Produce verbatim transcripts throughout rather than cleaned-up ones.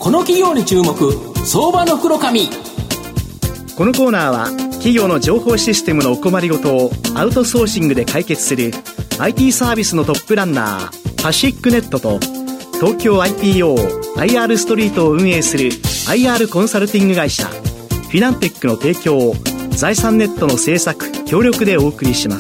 この企業に注目、相場の袋紙。 このコーナーは企業の情報システムのお困りごとをアウトソーシングで解決する アイティー サービスのトップランナーパシックネットと東京 アイピーオー アイアール ストリートを運営する アイアール コンサルティング会社フィナンテックの提供を財産ネットの制作協力でお送りします。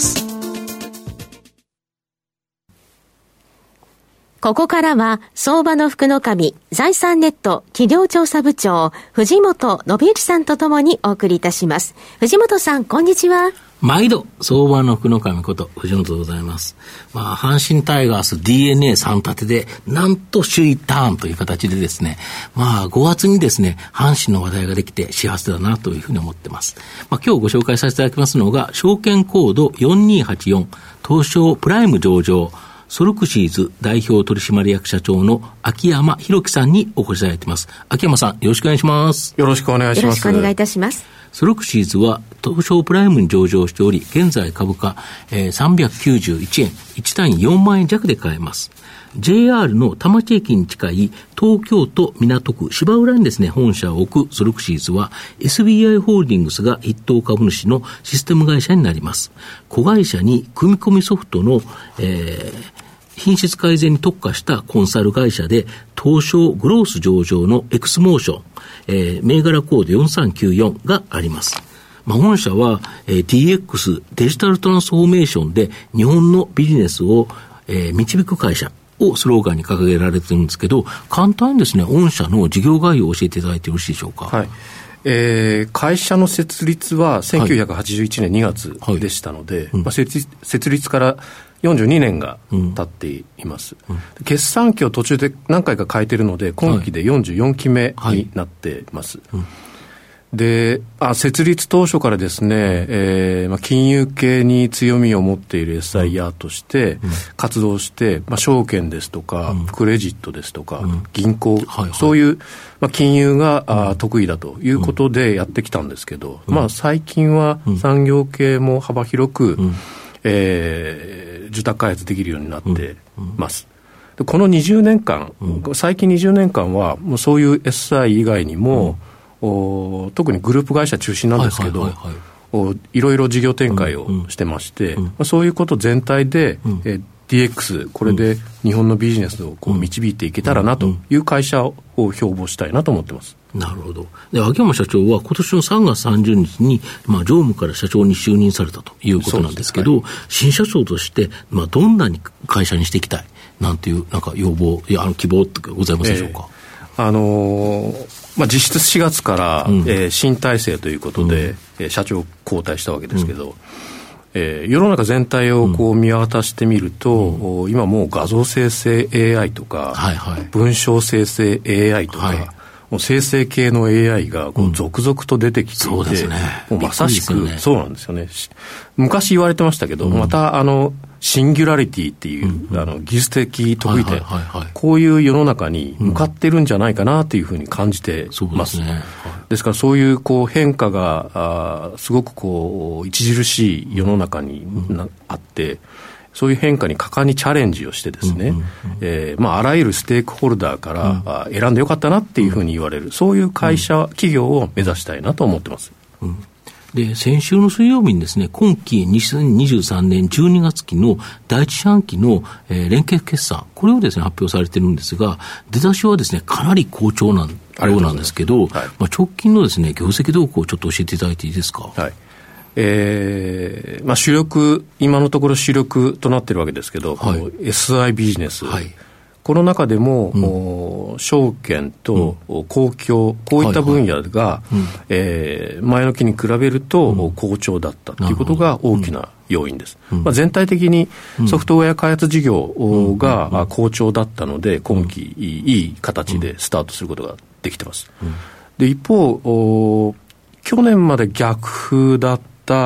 ここからは相場の福の神財産ネット企業調査部長藤本信之さんとともにお送りいたします。藤本さん、こんにちは。 毎度相場の福の神こと藤本でございます。まあ、阪神タイガース ディーエヌエーさん 立てでなんと首位ターンという形でですね、まあごがつにですね阪神の話題ができて幸せだなというふうに思ってます。まあ、今日ご紹介させていただきますのが証券コードよんにーはちよん東証プライム上場ソルクシーズ代表取締役社長の秋山博樹さんにお越しいただいています。秋山さん、よろしくお願いします。 よろしくお願いします。 よろしくお願いいたします。 ソルクシーズは東証プライムに上場しており、現在株価、えー、さんびゃくきゅうじゅういちえん、いち単位よんまんえん弱で買えます。ジェイアール の田町駅に近い東京都港区芝浦にですね、本社を置くソルクシーズは エスビーアイ ホールディングスが筆頭株主のシステム会社になります。子会社に組み込みソフトの、えー品質改善に特化したコンサル会社で、東証グロース上場のエクスモーション、えー、銘柄コードよんさんきゅうよんがあります。まあ、本社は、えー、ディーエックス デジタルトランスフォーメーションで日本のビジネスを、えー、導く会社をスローガンに掲げられてるんですけど、簡単にですね、御社の事業概要を教えていただいてよろしいでしょうか。 はい。えー、会社の設立はせんきゅうひゃくはちじゅういちねんにがつでしたので、はいはい、うんまあ、設立、設立からよんじゅうにねんが経っています、うんうん、決算期を途中で何回か変えているので今期でよんじゅうよんきめになっています、はいはいうん、であ設立当初からですね、えーまあ、金融系に強みを持っている エスアイアール として活動して、まあ、証券ですとか、うん、クレジットですとか、うん、銀行、はいはい、そういう、まあ、金融が、うん、あ得意だということでやってきたんですけど、うんまあ、最近は産業系も幅広く、うんえー受託開発できるようになってます、うんうん、でこのにじゅうねんかん、うん、最近にじゅうねんかんはもうそういう エスアイ 以外にも、うん、お特にグループ会社中心なんですけど、はいはいはいはい、おいろいろ事業展開をしてまして、うんうんまあ、そういうこと全体で、うんえー、ディーエックス これで日本のビジネスをこう導いていけたらなという会社を標榜したいなと思ってます。 なるほど。で、秋山社長は今年のさんがつさんじゅうにちに、まあ、常務から社長に就任されたということなんですけど、はい、新社長として、まあ、どんなに会社にしていきたいなんていうなんか要望いやあの希望ってございますでしょうか。 えー、あのーまあ、実質しがつから、うんえー、新体制ということで、うん、社長交代したわけですけど、うんえー、世の中全体をこう見渡してみると、うん、今もう画像生成 エーアイ とか、はいはい、文章生成 エーアイ とか、はい、もう生成系の エーアイ がこう続々と出てきていて、うん、そうですね、もうまさしく、ね、そうなんですよね。昔言われてましたけど、うん、またあのシンギュラリティっていう、うん、あの技術的得意点、はいはいはいはい、こういう世の中に向かってるんじゃないかなというふうに感じてます。うん、そうですね。はい、ですからそういうこう変化があすごくこう著しい世の中にな、うん、あって、そういう変化に果敢にチャレンジをしてですね、うんうんうんえーまあ、あらゆるステークホルダーから、うん、選んでよかったなっていうふうに言われる、そういう会社、うん、企業を目指したいなと思ってます。 うんで、先週の水曜日にですね、今期にせんにじゅうさんねんじゅうにがつ期の第一四半期の、えー、連携決算、これをですね、発表されているんですが、出だしはですね、かなり好調なんようなんですけど、はいまあ、直近のですね、業績動向をちょっと教えていただいていいですか。 はい。えー、まあ主力、今のところ主力となっているわけですけど、はい、エスアイ ビジネス。はいこの中でも、うん、証券と公共、こういった分野が、はいはいえー、前の期に比べると好調だったということが大きな要因です。うんまあ、全体的にソフトウェア開発事業が好調だったので、今期いい形でスタートすることができています。うん、で一方、去年まで逆風だった、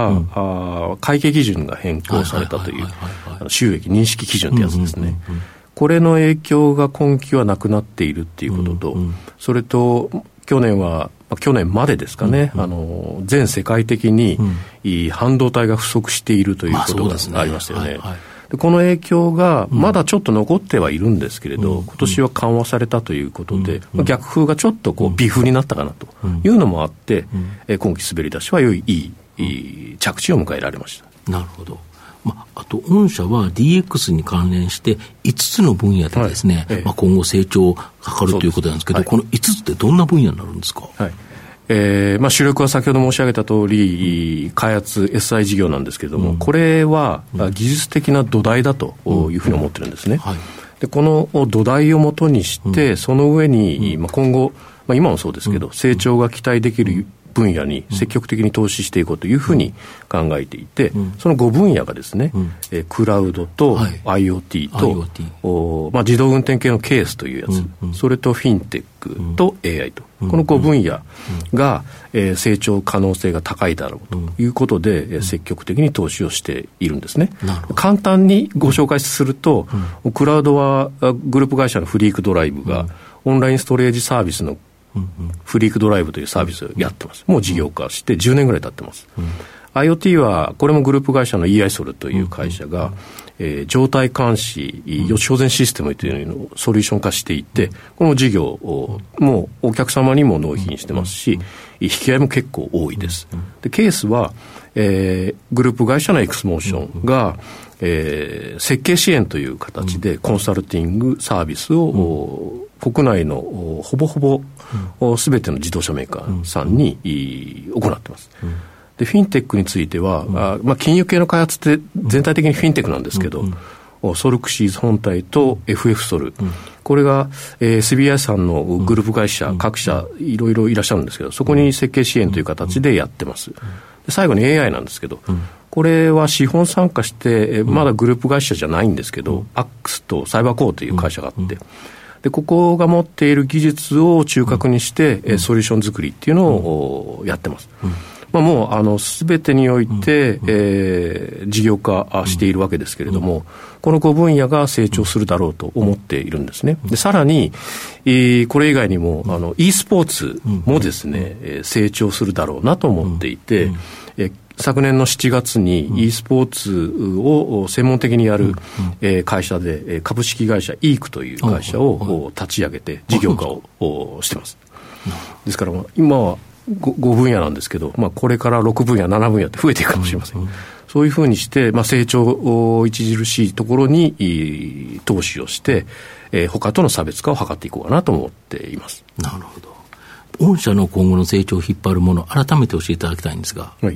うん、あ会計基準が変更されたという収益認識基準ってやつですね。うんうんうんうんこれの影響が今期はなくなっているっていうことと、うんうん、それと去年は、まあ、去年までですかね、うんうん、あの全世界的に、うん、半導体が不足しているということがありましたよね。まあそうですねはいはいでこの影響がまだちょっと残ってはいるんですけれど、うん、今年は緩和されたということで、うん、逆風がちょっとこう微風になったかなというのもあって、うん、今期滑り出しは良い、いい、いい着地を迎えられました。 なるほど。まあ、あと御社は ディーエックス に関連していつつの分野でですね、はい、まあ、今後成長を図るということなんですけど、はい、このいつつってどんな分野になるんですか？ はい、えーまあ、主力は先ほど申し上げた通り開発 エスアイ 事業なんですけれども、うん、これは技術的な土台だというふうに思ってるんですね、うんうん、はい、でこの土台をもとにして、うん、その上に、まあ、今後、まあ、今もそうですけど、うん、成長が期待できる分野に積極的に投資していこうというふうに考えていて、うん、そのご分野がですね、うん、えクラウドと IoT と、はい、おまあ、自動運転系のケースというやつ、うんうん、それとフィンテックと エーアイ と、うん、このご分野が、えー、成長可能性が高いだろうということで、うん、積極的に投資をしているんですね。簡単にご紹介すると、うん、クラウドはグループ会社のフリークドライブが、うん、オンラインストレージサービスのうんうん、フリークドライブというサービスをやってます。もう事業化してじゅうねんぐらい経ってます、うん、IoT はこれもグループ会社の イーアイソル という会社が、うんうん、えー、状態監視予知保全システムというのをソリューション化していて、この事業をもうお客様にも納品してますし、引き合いも結構多いです。でケースは、えー、グループ会社のエクスモーションが、えー、設計支援という形でコンサルティングサービスを、うん、国内のほぼほぼすべ、うん、ての自動車メーカーさんに、うん、行ってます、うん、でフィンテックについては、うん、あまあ、金融系の開発って全体的にフィンテックなんですけど、うんうん、ソルクシーズ本体と エフエフ ソル、うん、これが、えー、エスビーアイ さんのグループ会社、うん、各社いろいろいらっしゃるんですけど、そこに設計支援という形でやってます。で最後に エーアイ なんですけど、うん、これは資本参加して、まだグループ会社じゃないんですけど、うん、アックスとサイバーコーという会社があって、うん、でここが持っている技術を中核にして、うん、ソリューション作りっていうのをやってます、うん、まあ、もうあの全てにおいて、うん、えー、事業化しているわけですけれども、うん、このご分野が成長するだろうと思っているんですね。でさらに、えー、これ以外にもあの e スポーツもですね、うん、成長するだろうなと思っていて、うん、えー昨年のしちがつに e スポーツを専門的にやる、うん、えー、会社で株式会社イークという会社を立ち上げて事業化をしてます。ですから今は 5, 5分野なんですけど、まあ、これからろくぶんやななぶんやって増えていくかもしれません、うんうん、そういうふうにして、まあ、成長著しいところに投資をして、えー、他との差別化を図っていこうかなと思っています。 なるほど。御社の今後の成長を引っ張るもの改めて教えていただきたいんですが。 はい、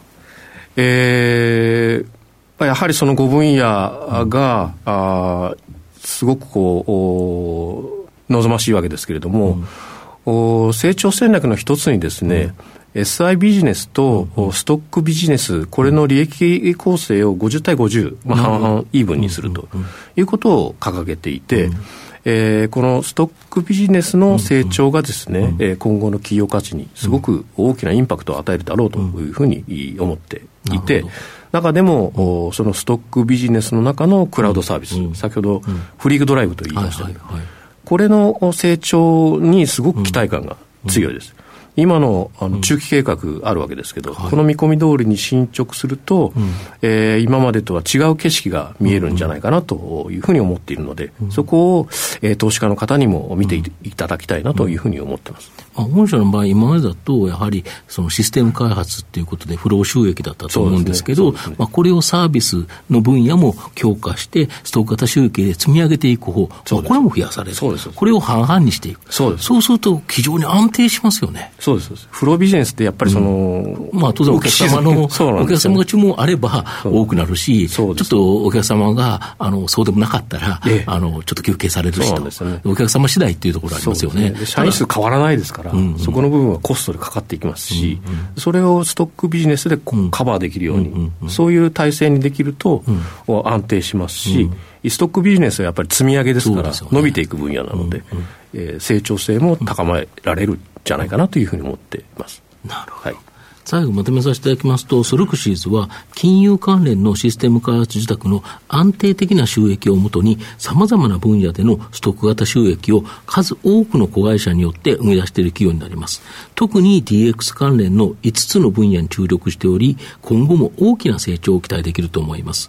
えー、やはりそのご分野が、うん、あすごくこう望ましいわけですけれども、うん、成長戦略の一つにですね、うん、エスアイ ビジネスとストックビジネス、これの利益構成をごじゅうたいごじゅう、まあ、半々イーブンにするということを掲げていて、うん、えー、このストックビジネスの成長がですね、うん、えー、今後の企業価値にすごく大きなインパクトを与えるだろうというふうに思っていて、うん、中でも、うん、そのストックビジネスの中のクラウドサービス、うん、先ほど、うん、フリークドライブと言いましたけど、はいはいはい、これの成長にすごく期待感が強いです、うんうん、今 の, あの中期計画あるわけですけど、うん、この見込み通りに進捗すると、うん、えー、今までとは違う景色が見えるんじゃないかなというふうに思っているので、うん、そこを、えー、投資家の方にも見て い, いただきたいなというふうに思っています、 うんうん、まあ、御社の場合今までだとやはりそのシステム開発ということで不労収益だったと思うんですけど、ねね、まあ、これをサービスの分野も強化してストック型収益で積み上げていく方、まあ、これも増やされる。 そうです。 これを半々にしていく。 そうです。 そうすると非常に安定しますよね。 そうです。そうです。フロービジネスってやっぱりその、 うん、まあ当然お客様の、ね、お客様が注文あれば多くなるし、ちょっとお客様があのそうでもなかったら、ええ、あのちょっと休憩されるしと、ね、お客様次第っていうところありますよね。 で社員数変わらないですから、うんうん、そこの部分はコストでかかっていきますし、うんうん、それをストックビジネスでカバーできるように、うんうんうん、そういう体制にできると、うん、安定しますし、うん、ストックビジネスはやっぱり積み上げですから、ね、伸びていく分野なので、うんうん、えー、成長性も高められるんじゃないかなというふうに思っています。 なるほど、はい、最後まとめさせていただきますと、ソルクシーズは金融関連のシステム開発受託の安定的な収益をもとに様々な分野でのストック型収益を数多くの子会社によって生み出している企業になります。特に ディーエックス 関連のいつつの分野に注力しており、今後も大きな成長を期待できると思います。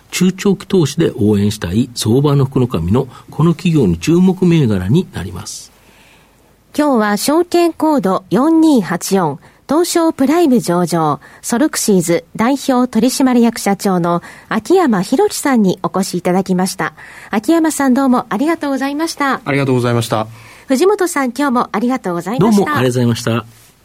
中長期投資で応援したい相場の福の神のこの企業に注目銘柄になります。 今日は証券コードよんにーはちよん東証プライム上場ソルクシーズ代表取締役社長の秋山博さんにお越しいただきました。秋山さん、どうもありがとうございました。 ありがとうございました。 藤本さん、今日もありがとうございました。 どうもありがとうございました。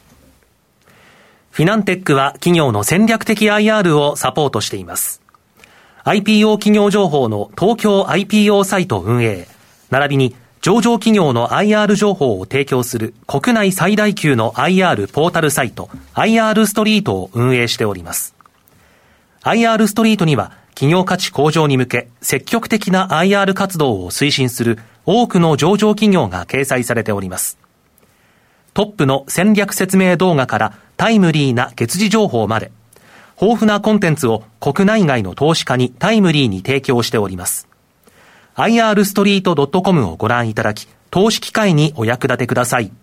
フィナンテックは企業の戦略的 アイアール をサポートしています。アイピーオー 企業情報の東京 アイピーオー サイト運営、並びに上場企業の アイアール 情報を提供する国内最大級の アイアール ポータルサイト アイアール ストリートを運営しております。アイアール ストリートには企業価値向上に向け積極的な アイアール 活動を推進する多くの上場企業が掲載されております。トップの戦略説明動画からタイムリーな月次情報まで、豊富なコンテンツを国内外の投資家にタイムリーに提供しております。アイアールストリートドットコム をご覧いただき、投資機会にお役立てください。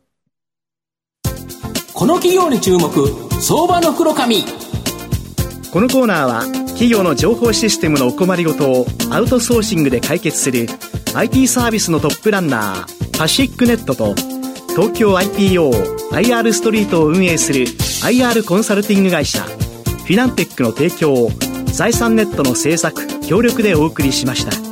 この企業に注目、相場の福の神。 このコーナーは企業の情報システムのお困りごとをアウトソーシングで解決する アイティー サービスのトップランナーパシックネットと東京 アイピーオー アイアール ストリートを運営する アイアール コンサルティング会社フィナンテックの提供を財産ネットの制作協力でお送りしました。